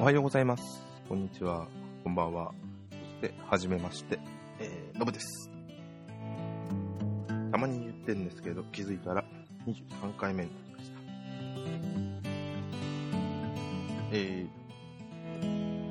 おはようございます。こんにちは。こんばんは。そして、はじめまして。のぶです。たまに言ってるんですけど、気づいたら23回目になりました。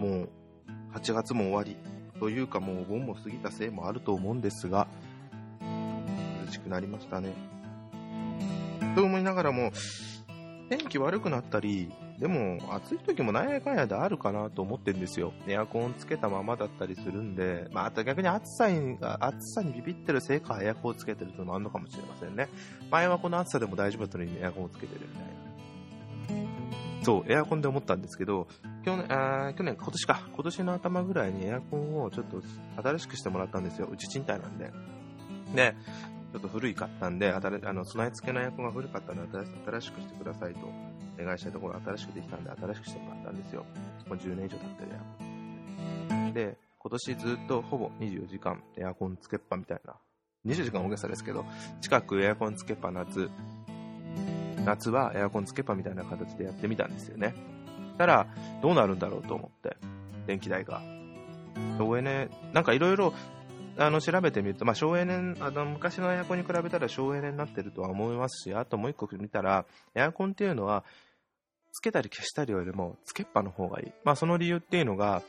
もう、8月も終わり。というかもうお盆も過ぎたせいもあると思うんですが、涼しくなりましたね。と思いながらも、天気悪くなったり、でも暑い時もなんやかんやであるかなと思ってるんですよ。エアコンつけたままだったりするんで、あと逆に暑さにビビってるせいかエアコンつけてるのもあるのかもしれませんね。前はこの暑さでも大丈夫だったのにエアコンをつけてるみたいな。そう、エアコンで思ったんですけど、今年の頭ぐらいにエアコンをちょっと新しくしてもらったんですよ。うち賃貸なんで。で、ちょっと古いかったんで、備え付けのエアコンが古かったので、新しくしてくださいとお願いしたいところ、新しくできたんで、新しくしてもらったんですよ。もう10年以上経ってるエアコン。で、今年ずっとほぼ24時間エアコンつけっぱみたいな。24時間大げさですけど、近くエアコンつけっぱ夏はエアコンつけっぱみたいな形でやってみたんですよね。たら、どうなるんだろうと思って、電気代が。省エネ、なんかいろいろ、調べてみると、省エネ、昔のエアコンに比べたら省エネになってるとは思いますし、あともう一個見たら、エアコンっていうのは、つけたり消したりよりも、つけっぱの方がいい。その理由っていうのが、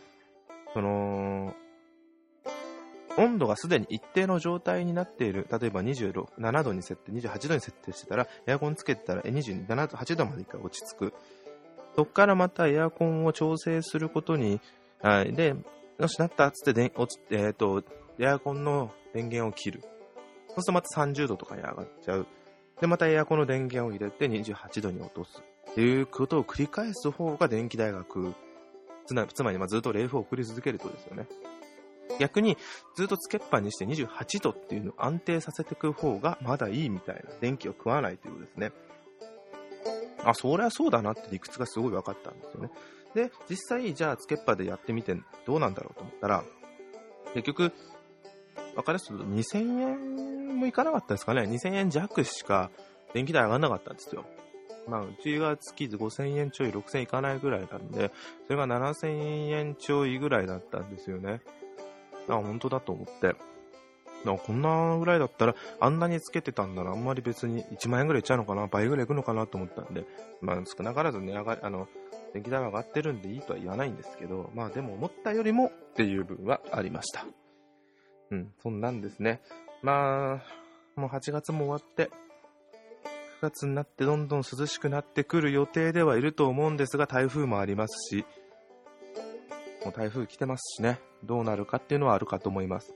温度がすでに一定の状態になっている、例えば27度に設定、28度に設定してたら、エアコンつけてたら28度まで一回落ち着く。そこからまたエアコンを調整することに、で、よしなったっつってエアコンの電源を切る。そうするとまた30度とかに上がっちゃう。で、またエアコンの電源を入れて28度に落とす。っていうことを繰り返す方が電気代が食う。つまりずっと冷風を送り続けるとですよね。逆にずっとつけっぱにして28度っていうのを安定させていく方がまだいいみたいな。電気を食わないということですね。そりゃそうだなって理屈がすごい分かったんですよね。で、実際じゃあつけっぱでやってみてどうなんだろうと思ったら、結局分かりやすく2000円もいかなかったですかね。2000円弱しか電気代上がんなかったんですよ。うちが月5000円ちょい6000円いかないぐらいなんで、それが7000円ちょいぐらいだったんですよね。本当だと思って。こんなぐらいだったら、あんなにつけてたんならあんまり別に1万円ぐらいいっちゃうのかな、倍ぐらいいくのかなと思ったんで、少なからず電気代は上がってるんでいいとは言わないんですけど、でも思ったよりもっていう部分はありました。そんなんですね。もう8月も終わって、9月になってどんどん涼しくなってくる予定ではいると思うんですが、台風もありますし、もう台風来てますしね、どうなるかっていうのはあるかと思います。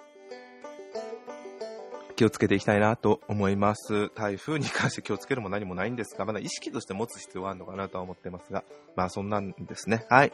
気をつけていきたいなと思います。台風に関して気をつけるも何もないんですが、まだ意識として持つ必要があるのかなとは思ってますが、そんなんですね。はい。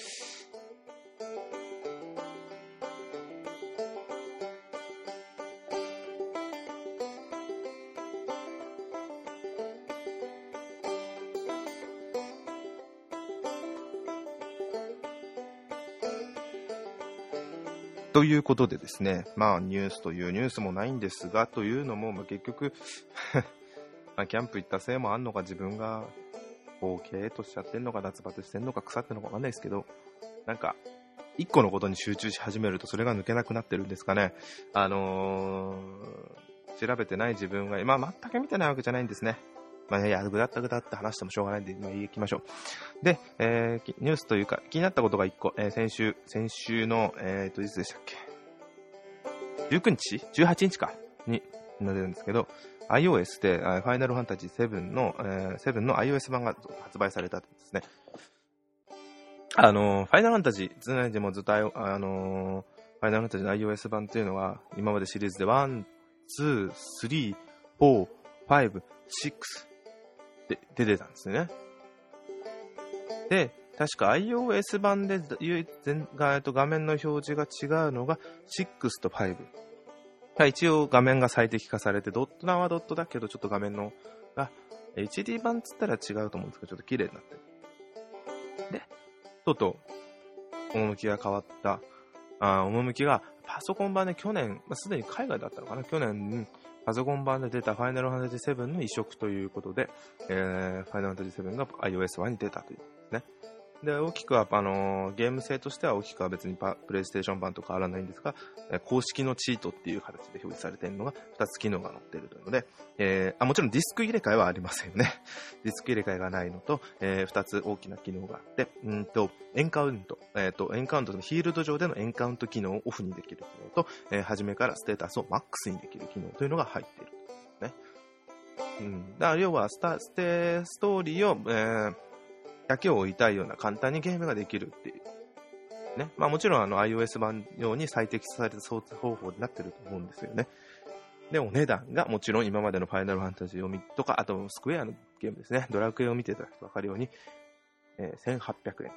ということでですね、ニュースというニュースもないんですが、というのも、結局、キャンプ行ったせいもあんのか、自分が、経営としちゃってんのか、夏バテしてんのか、腐ってんのかわかんないですけど、一個のことに集中し始めると、それが抜けなくなってるんですかね。調べてない自分が、全く見てないわけじゃないんですね。ぐだって話してもしょうがないんで、行きましょう。で、ニュースというか、気になったことが1個、先週の、いつでしたっけ ?19 日 ?18 日かになるんですけど、iOS で、ファイナルファンタジー7の、7の iOS 版が発売されたんですね。ファイナルファンタジー、常にもずっと、ファイナルファンタジーの iOS 版っていうのは、今までシリーズで1、2、3、4、5、6、で出てたんですね。で、確か iOS 版で画面の表示が違うのが6と5。一応画面が最適化されて、ドットはドットだけど、ちょっと画面のが HD 版つったら違うと思うんですけど、ちょっと綺麗になってる。で、趣が変わった。趣がパソコン版で去年、すでに海外だったのかな、去年パソコン版で出たファイナルファンタジー7の移植ということで、ファイナルファンタジー7が iOS 版に出たということですね。 で、大きくは、ゲーム性としては大きくは別にプレイステーション版と変わらないんですが、公式のチートっていう形で表示されているのが2つ機能が載っているというので、もちろんディスク入れ替えはありませんね。ディスク入れ替えがないのと、2つ大きな機能があって、エンカウントのヒールド上でのエンカウント機能をオフにできる機能と、初めからステータスをマックスにできる機能というのが入っているというね。だから要はストーリーを、だけを追いたいような簡単にゲームができるっていう。ね。まあもちろんiOS 版用に最適された操作方法になってると思うんですよね。で、お値段がもちろん今までのファイナルファンタジーをとか、あとスクエアのゲームですね。ドラクエを見ていただくと分かるように、1800円だったんです。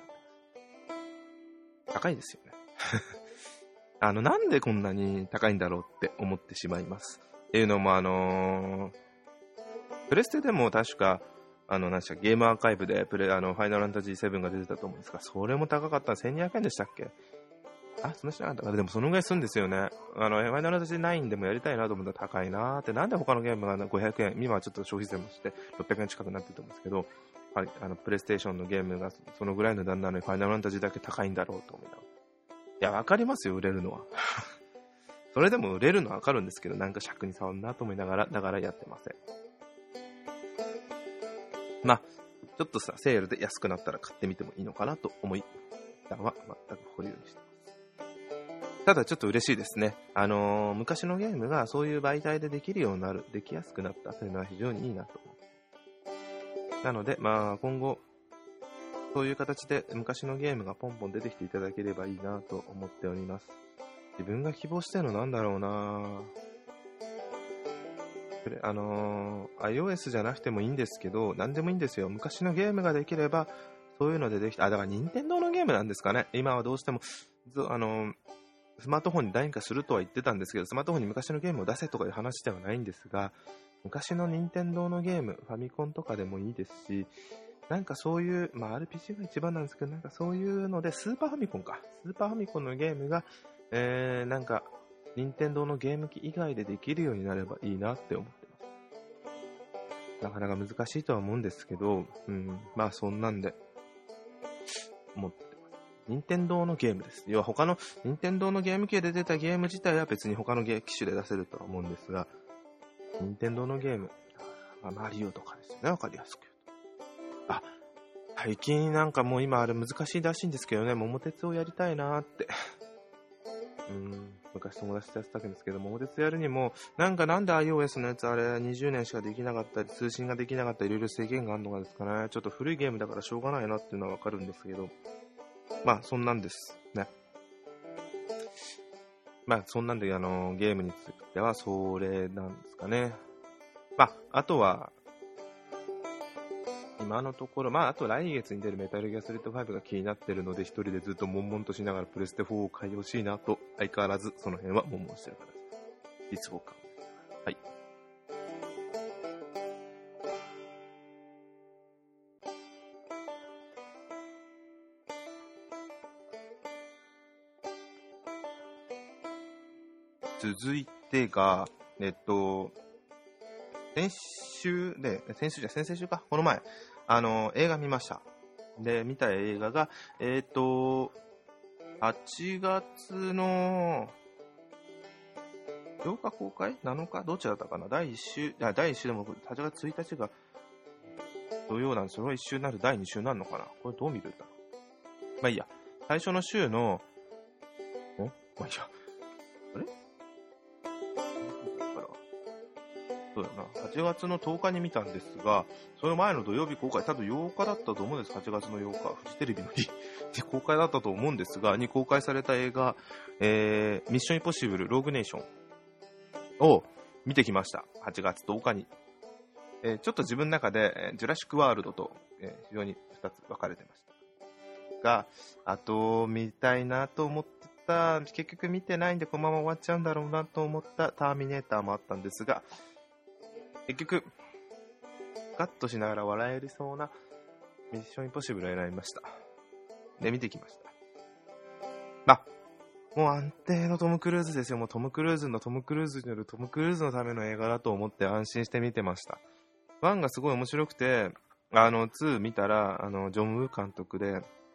高いですよね。なんでこんなに高いんだろうって思ってしまいます。っていうのもプレステでも確か何でしたっけ、ゲームアーカイブでファイナルファンタジー7が出てたと思うんですが、それも高かった1200円でしたっけ。その人なんだから、でもそのぐらいするんですよね。ファイナルファンタジー9でもやりたいなと思ったら高いなーって、なんで他のゲームが500円、今はちょっと消費税もして600円近くなってると思うんですけど、プレイステーションのゲームがそのぐらいの値段なのにファイナルファンタジーだけ高いんだろうと思いながら。いや、わかりますよ、売れるのは。それでも売れるのはわかるんですけど、なんか尺に触るなと思いながら、だからやってません。まあ、ちょっとセールで安くなったら買ってみてもいいのかなと思い、一旦は全く保留にしてます。ただちょっと嬉しいですね。昔のゲームがそういう媒体でできるようになる、できやすくなったというのは非常にいいなと思う。なので、今後、そういう形で昔のゲームがポンポン出てきていただければいいなと思っております。自分が希望してるのなんだろうな。iOS じゃなくてもいいんですけど、何でもいいんですよ。昔のゲームができれば、そういうのでできた。だから任天堂のゲームなんですかね。今はどうしても、スマートフォンに何かするとは言ってたんですけど、スマートフォンに昔のゲームを出せとかいう話ではないんですが、昔の任天堂のゲーム、ファミコンとかでもいいですし、なんかそういう、RPG が一番なんですけど、なんかそういうので、スーパーファミコンのゲームが、なんか、任天堂のゲーム機以外でできるようになればいいなって思ってます。なかなか難しいとは思うんですけど、そんなんで思ってます。任天堂のゲームです。要は他の任天堂のゲーム機で出たゲーム自体は別に他の機種で出せるとは思うんですが、任天堂のゲーム、マリオとかですよね、わかりやすく言うと。最近なんかもう今あれ難しいらしいんですけどね、桃鉄をやりたいなーって。昔友達とやってたんですけど、桃鉄やるにも、なんで iOS のやつあれ20年しかできなかったり、通信ができなかったり、いろいろ制限があるのかですかね。ちょっと古いゲームだからしょうがないなっていうのはわかるんですけど、そんなんですね。そんなんでゲームについてはそれなんですかね。あとは、今のところ、あと来月に出るメタルギアソリッド5が気になってるので、一人でずっと悶々としながらプレステ4を買いほしいなと、相変わらずその辺は悶々してるからです。立法感。はい。続いてが、先々週か、この前、映画見ました。で、見た映画が、8月の8日公開 ?7 日どっちだったかな。第1週でも8月1日が土曜なんです。それは1週になる第2週になるのかな。これどう見るんだろう。いいや。最初の週の、いいや。あれそうだな。8月の10日に見たんですが、その前の土曜日公開、多分8日だったと思うんです。8月の8日、フジテレビの日で公開だったと思うんですが、に公開された映画、ミッションインポッシブル、ローグネーションを見てきました。8月10日に。ちょっと自分の中で、ジュラシックワールドと、非常に2つ分かれてました。が、あと、見たいなと思ってた、結局見てないんでこのまま終わっちゃうんだろうなと思ったターミネーターもあったんですが、結局、ガッとしながら笑えるそうなミッションインポッシブルを選びました。で、見てきました。もう安定のトム・クルーズですよ。もうトム・クルーズによるトム・クルーズのための映画だと思って安心して見てました。1がすごい面白くて、2見たら、ジョン・ウー監督で、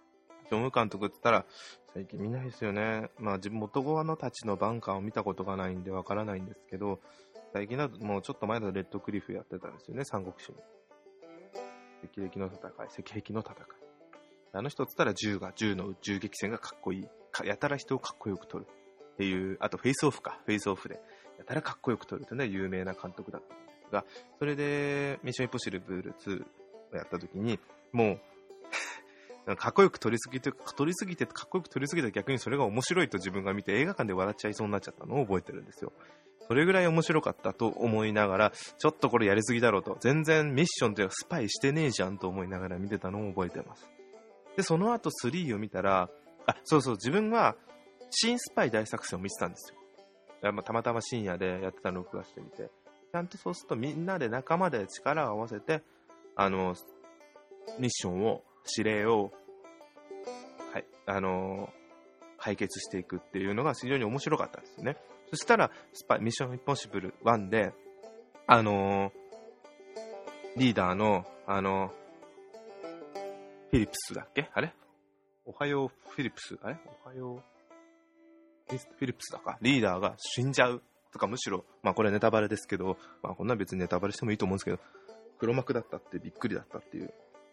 ジョン・ウー監督って言ったら、最近見ないですよね。まあ自分元側のたちのバンカーを見たことがないんでわからないんですけど、最近だともうちょっと前のレッドクリフやってたんですよね、三国志の。赤壁の戦い。あの人って言ったら銃の銃撃戦がかっこいい。やたら人をかっこよく撮る。っていう、あとフェイスオフで、やたらかっこよく撮るというのは有名な監督だったんですが、それでミッションインポッシブル2をやった時に、もう、かっこよく撮りすぎてかっこよく撮りすぎて逆にそれが面白いと自分が見て映画館で笑っちゃいそうになっちゃったのを覚えてるんですよ。それぐらい面白かったと思いながら、ちょっとこれやりすぎだろうと、全然ミッションというかスパイしてねえじゃんと思いながら見てたのを覚えてます。で、その後3を見たら、自分は新スパイ大作戦を見てたんですよ。たまたま深夜でやってたのを録画してみて、ちゃんとそうするとみんなで仲間で力を合わせて、ミッションを、指令を、はい、解決していくっていうのが非常に面白かったんですよね。そしたら、ミッションインポッシブル1で、リーダーの、フィリップスだっけあれおはようフィリップスあれおはようフィリップスだかリーダーが死んじゃうとか、むしろ、まあこれネタバレですけど、まあこんな別にネタバレしてもいいと思うんですけど、黒幕だったってびっくりだったって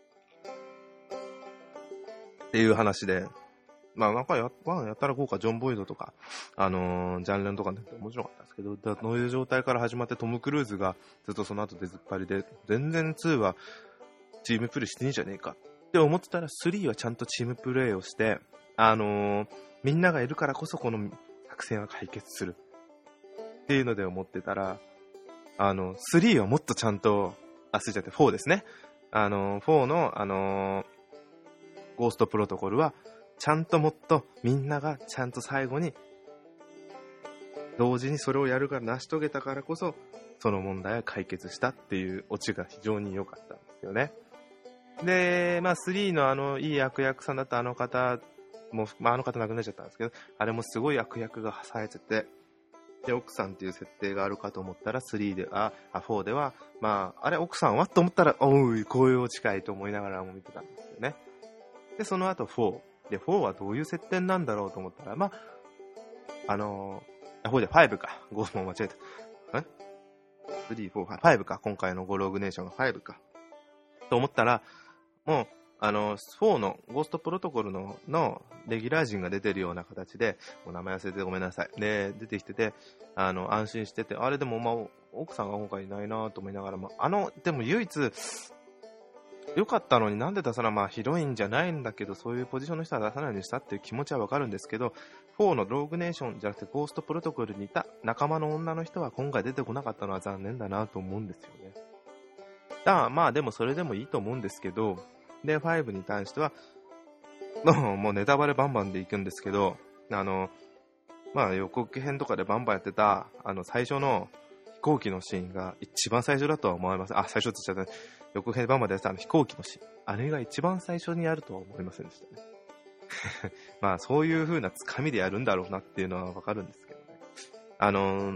いう話で、まあなんかやったら豪華ジョン・ボイドとか、ジャンレンとかね、面白かったんですけど、そういう状態から始まってトム・クルーズがずっとその後出ずっぱりで、全然2はチームプレーしてねえじゃねえかって思ってたら、3はちゃんとチームプレーをして、みんながいるからこそこの作戦は解決するっていうので思ってたら、3はもっとちゃんと、4ですね。4の、ゴーストプロトコルは、ちゃんともっとみんながちゃんと最後に同時にそれをやるから成し遂げたからこそその問題は解決したっていうオチが非常に良かったんですよね。で、まあ3のいい悪役さんだったあの方も、まああの方亡くなっちゃったんですけど、あれもすごい悪役がされてて、で奥さんっていう設定があるかと思ったら4ではまああれ奥さんはと思ったらおいこういうオチかいと思いながらも見てたんですよね。でその後4で、4はどういう設定なんだろうと思ったら、まあ、4で5か。5も間違えた。3、4、5か。今回のゴローグネーションが5か。と思ったら、もう、4のゴーストプロトコルのレギュラー陣が出てるような形で、もう名前忘れてごめんなさい。で、出てきてて、安心してて、あれでもまあ、奥さんが今回いないなと思いながらも、でも唯一、良かったのになんで出さない、まあヒロインじゃないんだけどそういうポジションの人は出さないようにしたっていう気持ちはわかるんですけど、4のローグネーションじゃなくてゴーストプロトコルにいた仲間の女の人は今回出てこなかったのは残念だなと思うんですよね。まあでもそれでもいいと思うんですけど、で5に関してはもうネタバレバンバンでいくんですけど、まあ予告編とかでバンバンやってた最初の飛行機のシーンが一番最初だとは思いません。最初って言っちゃった。予告編バンバンでやってた飛行機のシーン。あれが一番最初にやるとは思いませんでしたね。まあそういう風なつかみでやるんだろうなっていうのはわかるんですけどね。なんだっ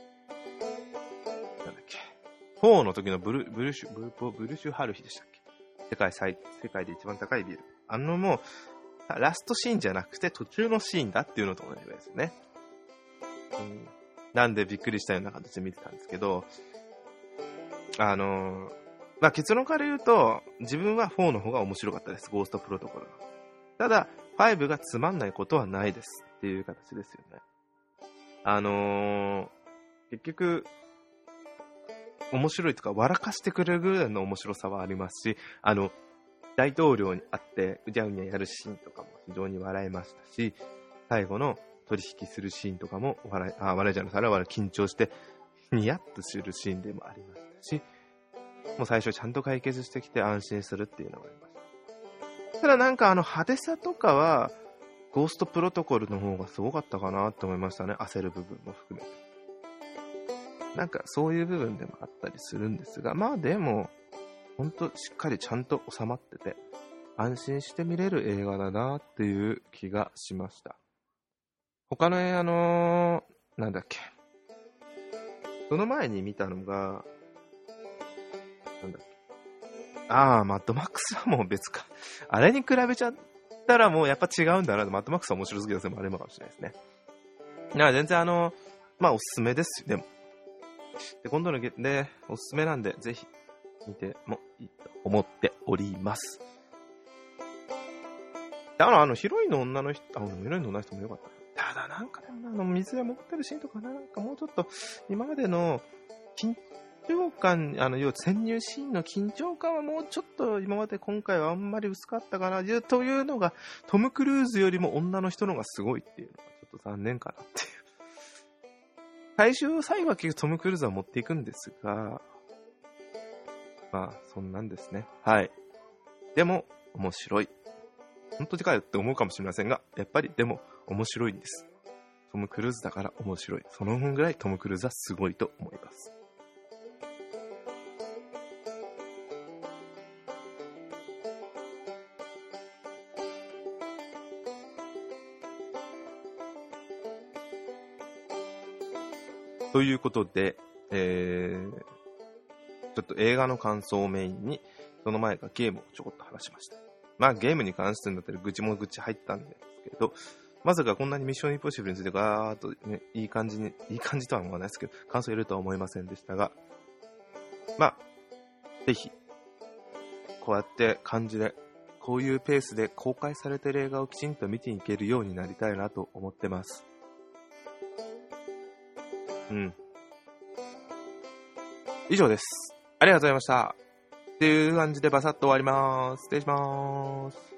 け。4の時のブルシュハルヒでしたっけ。世界で一番高いビル。もう、ラストシーンじゃなくて途中のシーンだっていうのと同じぐらいですよね。なんでびっくりしたような形で見てたんですけど、まあ、結論から言うと、自分は4の方が面白かったです。ゴーストプロトコルが。ただ、5がつまんないことはないですっていう形ですよね。結局、面白いとか笑かしてくれるぐらいの面白さはありますし、大統領に会ってうじゃうにゃやるシーンとかも非常に笑いましたし、最後の取引するシーンとかも笑いじゃないです。あれは緊張してニヤッとするシーンでもありましたし、もう最初ちゃんと解決してきて安心するっていうのがありました。ただなんか派手さとかはゴーストプロトコルの方がすごかったかなと思いましたね。焦る部分も含めて。なんかそういう部分でもあったりするんですが、まあでもほんとしっかりちゃんと収まってて安心して見れる映画だなっていう気がしました。他の映画なんだっけ、その前に見たのがなんだっけ、マッドマックスはもう別か。あれに比べちゃたらもうやっぱ違うんだな。マッドマックスは面白すぎるせいもあるのかもしれないですね。全然まあおすすめですよ、でも。で、今度ので、おすすめなんで、ぜひ見てもいいと思っております。ヒロインの女の人、ヒロインの女の人もよかった。ただなんかでも水で潜ってるシーンとかなんかもうちょっと、今までの緊張感、要は潜入シーンの緊張感はもうちょっと今回はあんまり薄かったかな、というのが、トム・クルーズよりも女の人の方がすごいっていうのがちょっと残念かなっていう。最後は結局トム・クルーズは持っていくんですが、まあ、そんなんですね。はい。でも、面白い。本当にかよって思うかもしれませんが、やっぱりでも面白いんです。トム・クルーズだから面白い。その分ぐらいトム・クルーズはすごいと思います。ということで、ちょっと映画の感想をメインに、その前がゲームをちょこっと話しました。まあゲームに関してだったら愚痴も愚痴入ったんですけど、まさかこんなにミッションインポッシブルについてガーッとね、いい感じとは思わないですけど、感想を入れるとは思いませんでしたが、まあ、ぜひ、こうやって感じで、こういうペースで公開されている映画をきちんと見ていけるようになりたいなと思ってます。以上です。ありがとうございました。っていう感じでバサッと終わります。失礼します。